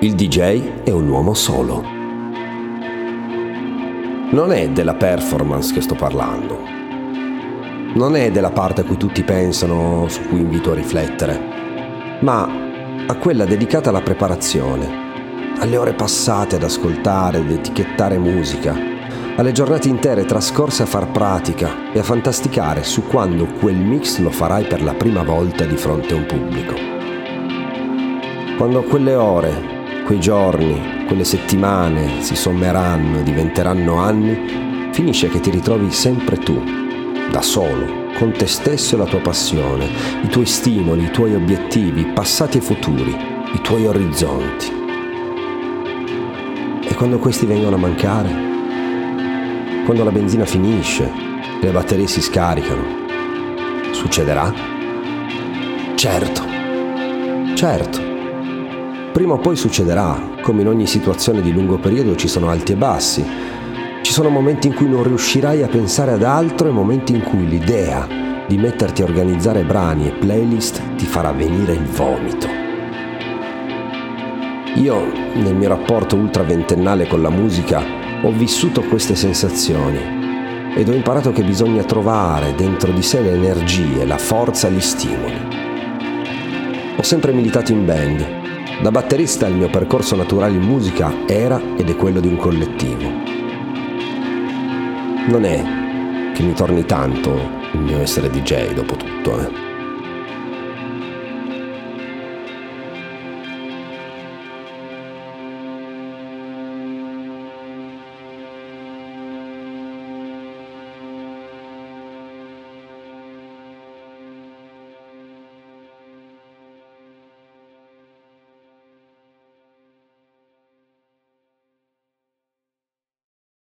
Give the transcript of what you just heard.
Il DJ è un uomo solo. Non è della performance che sto parlando. Non è della parte a cui tutti pensano, su cui invito a riflettere, ma a quella dedicata alla preparazione, alle ore passate ad ascoltare ed etichettare musica, alle giornate intere trascorse a far pratica e a fantasticare su quando quel mix lo farai per la prima volta di fronte a un pubblico. Quando quelle ore, quei giorni, quelle settimane si sommeranno e diventeranno anni, finisce che ti ritrovi sempre tu, da solo, con te stesso e la tua passione, i tuoi stimoli, i tuoi obiettivi, passati e futuri, i tuoi orizzonti. E quando questi vengono a mancare? Quando la benzina finisce e le batterie si scaricano? Succederà? Certo. Prima o poi succederà, come in ogni situazione di lungo periodo ci sono alti e bassi. Ci sono momenti in cui non riuscirai a pensare ad altro e momenti in cui l'idea di metterti a organizzare brani e playlist ti farà venire il vomito. Io, nel mio rapporto ultraventennale con la musica, ho vissuto queste sensazioni ed ho imparato che bisogna trovare dentro di sé le energie, la forza, gli stimoli. Ho sempre militato in band. Da batterista il mio percorso naturale in musica era ed è quello di un collettivo. Non è che mi torni tanto il mio essere DJ dopo tutto,